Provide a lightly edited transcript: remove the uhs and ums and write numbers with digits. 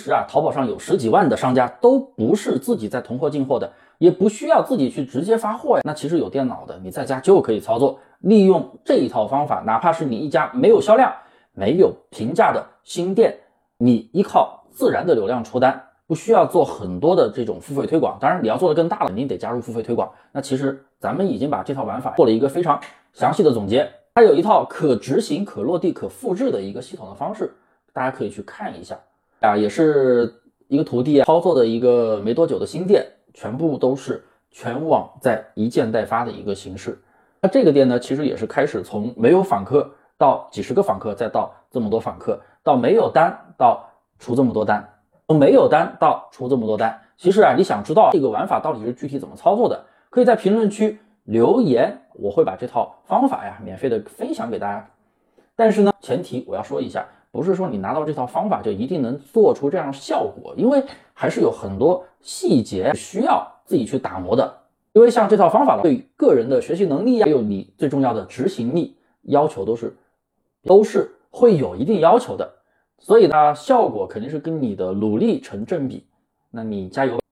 淘宝上有10几万的商家都不是自己在囤货进货的，也不需要自己去直接发货呀。那其实有电脑的，你在家就可以操作。利用这一套方法，哪怕是你一家没有销量、没有评价的新店，你依靠自然的流量出单，不需要做很多的这种付费推广。当然，你要做的更大了，肯定得加入付费推广。那其实咱们已经把这套玩法做了一个非常详细的总结，它有一套可执行、可落地、可复制的一个系统的方式，大家可以去看一下。也是一个徒弟操作的一个没多久的新店，全部都是全网在一件代发的一个形式。那这个店呢，其实也是开始从没有访客到几十个访客，再到这么多访客，到没有单到出这么多单，从没有单到出这么多单。其实你想知道这个玩法到底是具体怎么操作的，可以在评论区留言，我会把这套方法免费的分享给大家。但是呢，前提我要说一下，不是说你拿到这套方法就一定能做出这样的效果，因为还是有很多细节需要自己去打磨的。因为像这套方法对个人的学习能力还有你最重要的执行力要求都是会有一定要求的，所以呢，效果肯定是跟你的努力成正比。那你加油。